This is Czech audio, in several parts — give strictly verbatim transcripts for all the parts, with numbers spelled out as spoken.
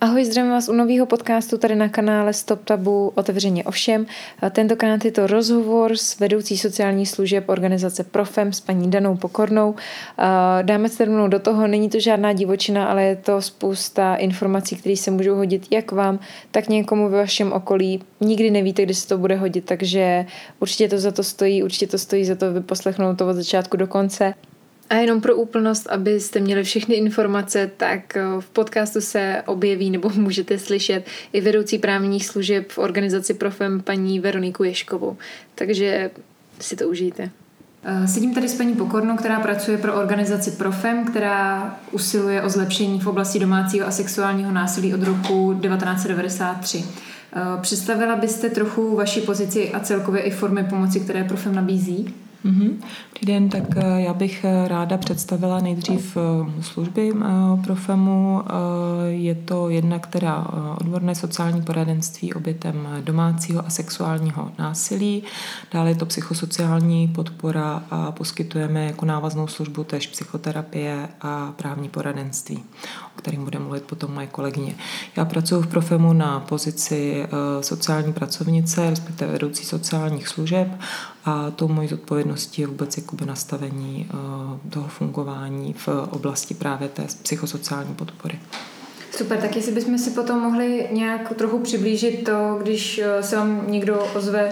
Ahoj, zdravím vás u nového podcastu tady na kanále Stop Tabu otevřeně o všem. Tentokrát je to rozhovor s vedoucí sociálních služeb organizace Profem s paní Danou Pokornou. Dáme se rovnou do toho, není to žádná divočina, ale je to spousta informací, které se můžou hodit jak vám, tak někomu ve vašem okolí. Nikdy nevíte, kdy se to bude hodit, takže určitě to za to stojí, určitě to stojí za to vyposlechnout to od začátku do konce. A jenom pro úplnost, abyste měli všechny informace, tak v podcastu se objeví nebo můžete slyšet i vedoucí právních služeb v organizaci Profem paní Veroniku Ježkovou. Takže si to užijte. Sedím tady s paní Pokornou, která pracuje pro organizaci Profem, která usiluje o zlepšení v oblasti domácího a sexuálního násilí od roku devatenáct set devadesát tři. Představila byste trochu vaši pozici a celkově i formy pomoci, které Profem nabízí? Mm-hmm. Dobrý den, tak já bych ráda představila nejdřív služby Profemu. Je to jedna, která odborné sociální poradenství obětem domácího a sexuálního násilí. Dále je to psychosociální podpora a poskytujeme jako návaznou službu též psychoterapie a právní poradenství, o kterém bude mluvit potom moje kolegyně. Já pracuji v Profemu na pozici sociální pracovnice, respektive vedoucí sociálních služeb, a tou mojí zodpovědností je vůbec jakoby nastavení uh, toho fungování v oblasti právě té psychosociální podpory. Super, tak jestli bychom si potom mohli nějak trochu přiblížit to, když se vám někdo ozve,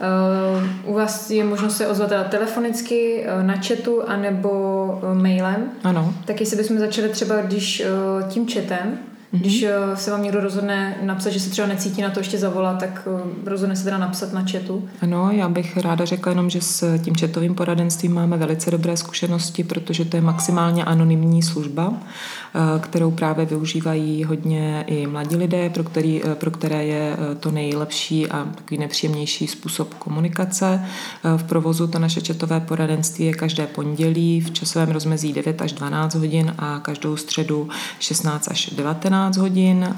uh, u vás je možnost se ozvat telefonicky, uh, na chatu, anebo uh, mailem. Ano. Tak jestli bychom začali třeba když uh, tím chatem, když se vám někdo rozhodne napsat, že se třeba necítí na to ještě zavolat, tak rozhodne se teda napsat na chatu. Ano, já bych ráda řekla jenom, že s tím chatovým poradenstvím máme velice dobré zkušenosti, protože to je maximálně anonymní služba, kterou právě využívají hodně i mladí lidé, pro, který, pro které je to nejlepší a takový nepříjemnější způsob komunikace. V provozu to naše chatové poradenství je každé pondělí v časovém rozmezí devět až dvanáct hodin a každou středu šestnáct až devatenáct hodin.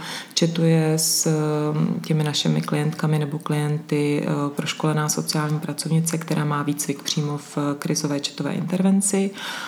Chatuje s těmi našimi klientkami nebo klienty proškolená sociální pracovnice, která má výcvik přímo v krizové chatové intervenci.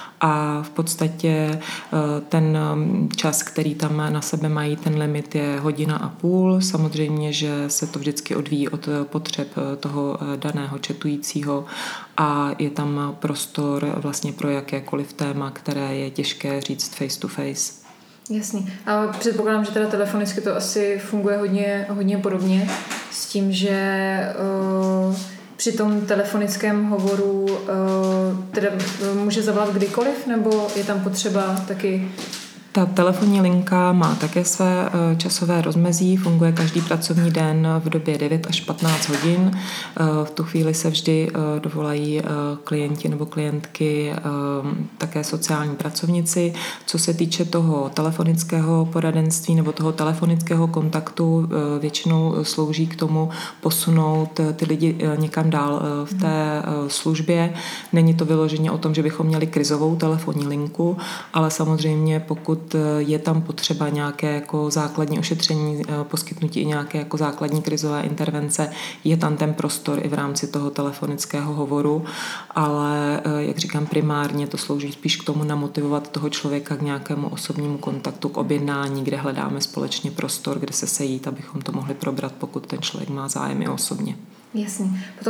A v podstatě ten čas, který tam na sebe mají, ten limit je hodina a půl. Samozřejmě, že se to vždycky odvíjí od potřeb toho daného chatujícího a je tam prostor vlastně pro jakékoliv téma, které je těžké říct face to face. Jasný. A předpokládám, že teda telefonicky to asi funguje hodně, hodně podobně s tím, že uh, při tom telefonickém hovoru uh, teda může zavolat kdykoliv, nebo je tam potřeba taky... Ta telefonní linka má také své časové rozmezí, funguje každý pracovní den v době devět až patnáct hodin. V tu chvíli se vždy dovolají klienti nebo klientky, také sociální pracovníci. Co se týče toho telefonického poradenství nebo toho telefonického kontaktu, většinou slouží k tomu posunout ty lidi někam dál v té službě. Není to vyloženě o tom, že bychom měli krizovou telefonní linku, ale samozřejmě pokud je tam potřeba nějaké jako základní ošetření, poskytnutí i nějaké jako základní krizové intervence, je tam ten prostor i v rámci toho telefonického hovoru, ale jak říkám, primárně to slouží spíš k tomu namotivovat toho člověka k nějakému osobnímu kontaktu, k objednání, kde hledáme společně prostor, kde se sejít, abychom to mohli probrat, pokud ten člověk má zájem i osobně. Jasně. Potom,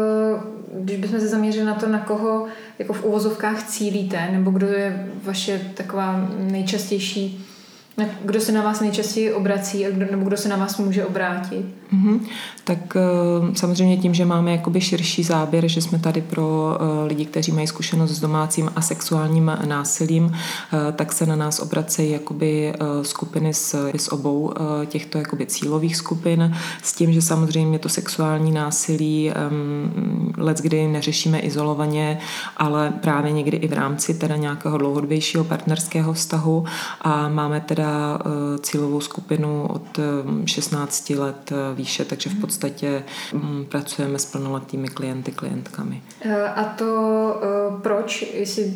když bychom se zaměřili na to, na koho jako v uvozovkách cílíte, nebo kdo je vaše taková nejčastější, kdo se na vás nejčastěji obrací, nebo kdo se na vás může obrátit? Mm-hmm. Tak samozřejmě tím, že máme jakoby širší záběr, že jsme tady pro lidi, kteří mají zkušenost s domácím a sexuálním násilím, tak se na nás obracejí jakoby skupiny z, z obou těchto jakoby cílových skupin, s tím, že samozřejmě to sexuální násilí leckdy neřešíme izolovaně, ale právě někdy i v rámci teda nějakého dlouhodobějšího partnerského vztahu a máme teda cílovou skupinu od šestnácti let výše, takže v podstatě pracujeme s plnoletými klienty, klientkami. A to proč, jestli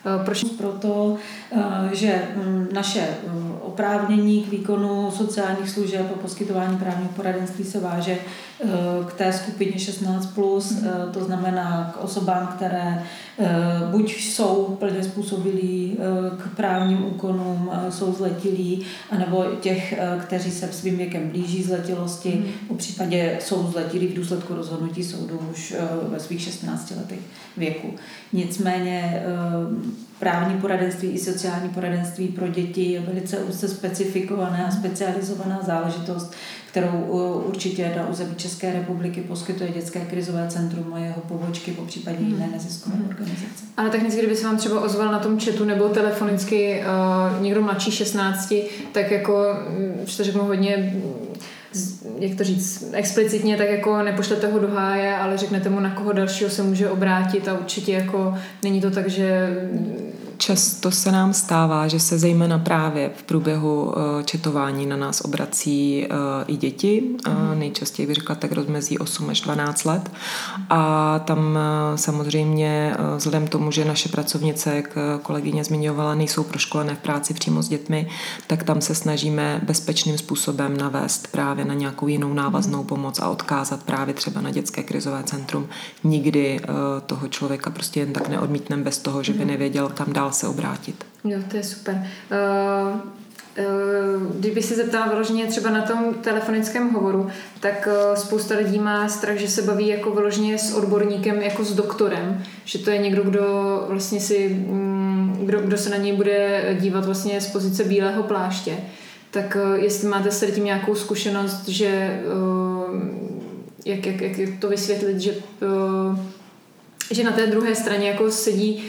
Proč? Proto, že naše oprávnění k výkonu sociálních služeb a poskytování právního poradenství se váže k té skupině šestnáct plus, to znamená k osobám, které buď jsou plně způsobilí k právním úkonům, jsou zletilí, anebo těch, kteří se svým věkem blíží zletilosti, po případě jsou zletilí v důsledku rozhodnutí soudu už ve svých šestnácti letech věku. Nicméně právní poradenství i sociální poradenství pro děti je velice úzce specifikovaná a specializovaná záležitost, kterou určitě na území České republiky poskytuje Dětské krizové centrum a jeho pobočky, popřípadě jiné neziskové organizace. Ale technicky, kdyby se vám třeba ozval na tom chatu nebo telefonicky uh, někdo mladší šestnácti, tak jako, že to řeknu hodně, jak to říct, explicitně, tak jako nepošlete ho do háje, ale řeknete mu, na koho dalšího se může obrátit a určitě jako není to tak, že... Často se nám stává, že se zejména právě v průběhu četování na nás obrací i děti. Mm. Nejčastěji bych řekla tak rozmezí osm až dvanáct let. A tam samozřejmě vzhledem tomu, že naše pracovnice, jak kolegyně zmiňovala, nejsou proškolené v práci přímo s dětmi, tak tam se snažíme bezpečným způsobem navést právě na nějakou jinou návaznou pomoc a odkázat právě třeba na Dětské krizové centrum. Nikdy toho člověka prostě jen tak neodmítneme bez toho, že by nevěděl, kam dál se obrátit. Jo, to je super. Uh, uh, kdybych se zeptala vyloženě třeba na tom telefonickém hovoru, tak uh, spousta lidí má strach, že se baví jako vyloženě s odborníkem, jako s doktorem, že to je někdo, kdo vlastně si, um, kdo, kdo se na něj bude dívat vlastně z pozice bílého pláště. Tak uh, jestli máte s tím nějakou zkušenost, že uh, jak, jak, jak to vysvětlit, že, uh, že na té druhé straně jako sedí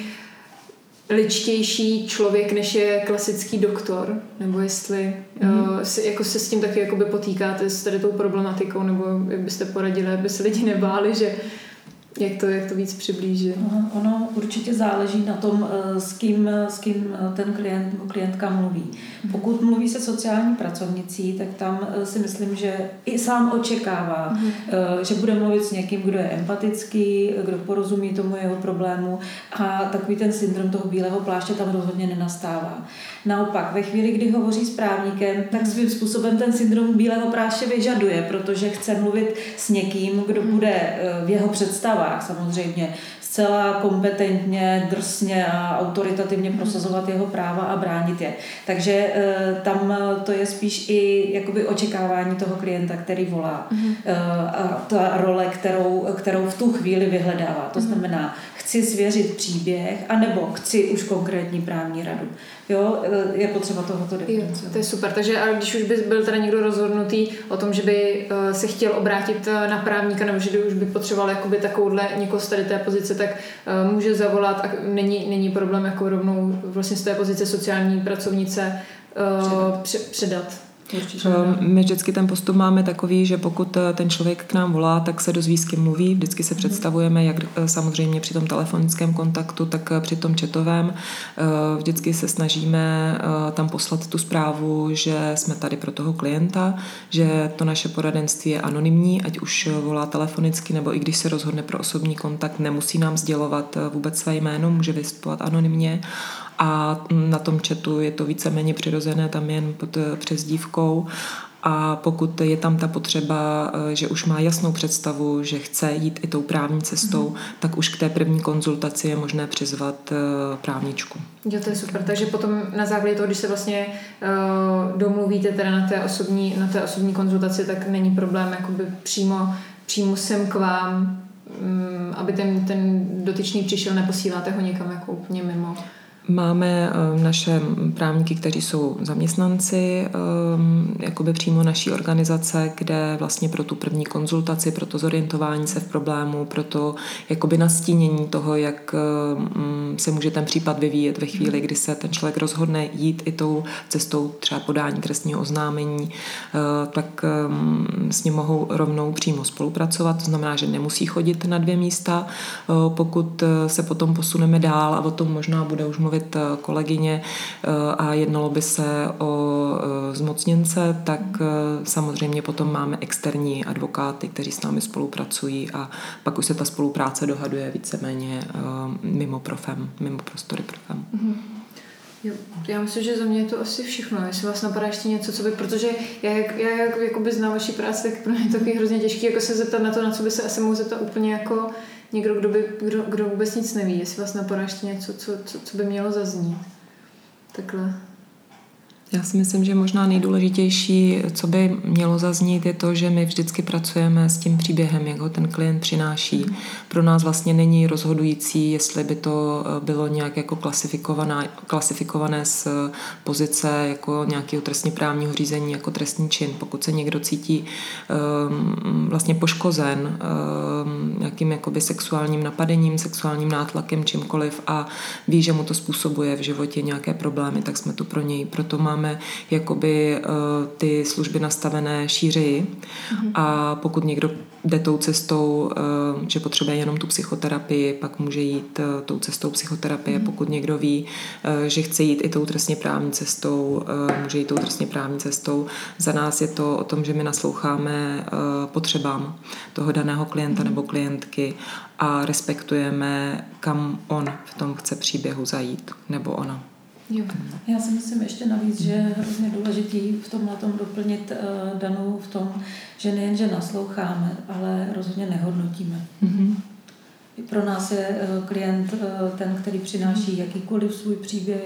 ličtější člověk, než je klasický doktor, nebo jestli mm. uh, se, jako se s tím taky jakoby potýkáte s tady tou problematikou, nebo jak byste poradili, aby se lidi nebáli, že jak to, jak to víc přiblížit. Aha, ono určitě záleží na tom, s kým, s kým ten klient, klientka mluví. Pokud mluví se sociální pracovnicí, tak tam si myslím, že i sám očekává, mm. že bude mluvit s někým, kdo je empatický, kdo porozumí tomu jeho problému a takový ten syndrom toho bílého pláště tam rozhodně nenastává. Naopak, ve chvíli, kdy hovoří s právníkem, tak svým způsobem ten syndrom bílého pláště vyžaduje, protože chce mluvit s někým, kdo bude v jeho představách samozřejmě zcela kompetentně, drsně a autoritativně prosazovat jeho práva a bránit je. Takže e, tam to je spíš i jakoby očekávání toho klienta, který volá. Mm-hmm. E, a ta role, kterou, kterou v tu chvíli vyhledává. To mm-hmm. znamená, chci svěřit příběh, anebo chci už konkrétní právní radu. Jo, je potřeba tohoto diferencovat. To je super. Takže ale když už by byl teda někdo rozhodnutý o tom, že by uh, se chtěl obrátit na právníka, nebo že už by potřeboval jakoby takovouhle někoho z tady té pozice, tak uh, může zavolat a není, není problém jako rovnou vlastně z té pozice sociální pracovnice uh, předat. předat. Určitě. My vždycky ten postup máme takový, že pokud ten člověk k nám volá, tak se dozví, s kým mluví. Vždycky se představujeme, jak samozřejmě při tom telefonickém kontaktu, tak při tom chatovém. Vždycky se snažíme tam poslat tu zprávu, že jsme tady pro toho klienta, že to naše poradenství je anonymní, ať už volá telefonicky, nebo i když se rozhodne pro osobní kontakt, nemusí nám sdělovat vůbec své jméno, může vystupovat anonymně. A na tom chatu je to víceméně přirozené, tam jen pod přezdívkou. A pokud je tam ta potřeba, že už má jasnou představu, že chce jít i tou právní cestou, mm. tak už k té první konzultaci je možné přizvat právničku. Jo, to je super. Takže potom na základě toho, když se vlastně uh, domluvíte teda na té osobní, na té osobní konzultaci, tak není problém jakoby přímo, přímo sem k vám, um, aby ten, ten dotyčný přišel, neposíláte ho někam jako úplně mimo. Máme naše právníky, kteří jsou zaměstnanci jakoby přímo naší organizace, kde vlastně pro tu první konzultaci, pro to zorientování se v problému, pro to jakoby nastínění toho, jak se může ten případ vyvíjet ve chvíli, kdy se ten člověk rozhodne jít i tou cestou třeba podání trestního oznámení, tak s ním mohou rovnou přímo spolupracovat. To znamená, že nemusí chodit na dvě místa. Pokud se potom posuneme dál a o tom možná bude už mluvit mluvit kolegyně a jednalo by se o zmocněnce, tak samozřejmě potom máme externí advokáty, kteří s námi spolupracují a pak už se ta spolupráce dohaduje víceméně mimo profem, mimo prostory profem. Mm-hmm. Jo, já myslím, že za mě je to asi všechno. Jestli vás napadá ještě něco, co by, protože já, jak, já jak jakoby znám vaši práci, tak pro mě je takový hrozně těžký jako se zeptat na to, na co by se asi mohl zeptat úplně jako někdo, kdo, by, kdo, kdo vůbec nic neví. Jestli vás napadá ještě něco, co, co, co by mělo zaznít. Takhle. Já si myslím, že možná nejdůležitější, co by mělo zaznít, je to, že my vždycky pracujeme s tím příběhem, jak ho ten klient přináší. Pro nás vlastně není rozhodující, jestli by to bylo nějak jako klasifikované, klasifikované z pozice jako nějakého trestně právního řízení jako trestní čin. Pokud se někdo cítí um, vlastně poškozen um, nějakým jakoby sexuálním napadením, sexuálním nátlakem, čímkoliv a ví, že mu to způsobuje v životě nějaké problémy, tak jsme tu pro něj. Proto máme jakoby uh, ty služby nastavené šířeji mm-hmm. a pokud někdo jde tou cestou, uh, že potřebuje jenom tu psychoterapii, pak může jít uh, tou cestou psychoterapie. Mm-hmm. Pokud někdo ví, uh, že chce jít i tou trestně právní cestou, uh, může jít tou trestně právní cestou. Za nás je to o tom, že my nasloucháme uh, potřebám toho daného klienta mm-hmm. nebo klientky a respektujeme, kam on v tom chce příběhu zajít, nebo ona. Jo. Já si myslím ještě navíc, že je hrozně důležitý v tomhle tom doplnit uh, Danu v tom, že nejen, že nasloucháme, ale rozhodně nehodnotíme. Mm-hmm. Pro nás je uh, klient uh, ten, který přináší jakýkoliv svůj příběh.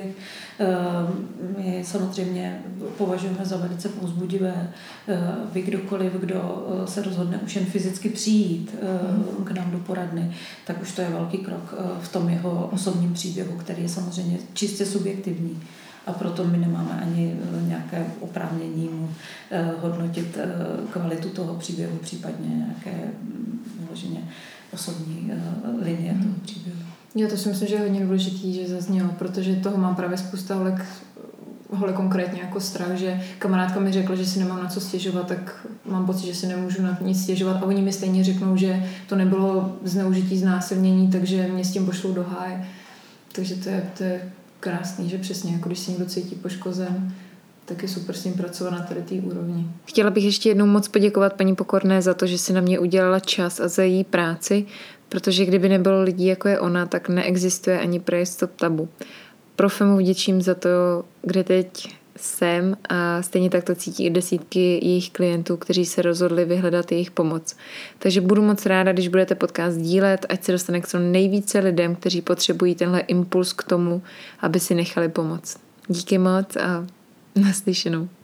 Uh, my samozřejmě považujeme za velice povzbudivé, uh, vy kdokoliv, kdo uh, se rozhodne už jen fyzicky přijít uh, k nám do poradny, tak už to je velký krok uh, v tom jeho osobním příběhu, který je samozřejmě čistě subjektivní. A proto my nemáme ani uh, nějaké oprávnění mu uh, hodnotit uh, kvalitu toho příběhu, případně nějaké vloženě osobní uh, linie mm. toho příběhu. Jo, to si myslím, že je hodně důležitý, že zaznělo, protože toho mám právě spousta holek, holek konkrétně jako strach, že kamarádka mi řekla, že si nemám na co stěžovat, tak mám pocit, že si nemůžu na nic stěžovat a oni mi stejně řeknou, že to nebylo zneužití, znásilnění, takže mě s tím pošlou do háje. Takže to je, to je krásný, že přesně, jako když se někdo cítí poškozen, tak je super s ním pracovat na tady té úrovni. Chtěla bych ještě jednou moc poděkovat paní Pokorné za to, že si na mě udělala čas a za její práci, protože kdyby nebylo lidí, jako je ona, tak neexistuje ani projekt Stop Tabu. Profemu vděčím za to, kde teď jsem a stejně tak to cítí i desítky jejich klientů, kteří se rozhodli vyhledat jejich pomoc. Takže budu moc ráda, když budete podcast dílet, ať se dostane k co nejvíce lidem, kteří potřebují tenhle impuls k tomu, aby si nechali pomoct. Díky moc a naslyšenou.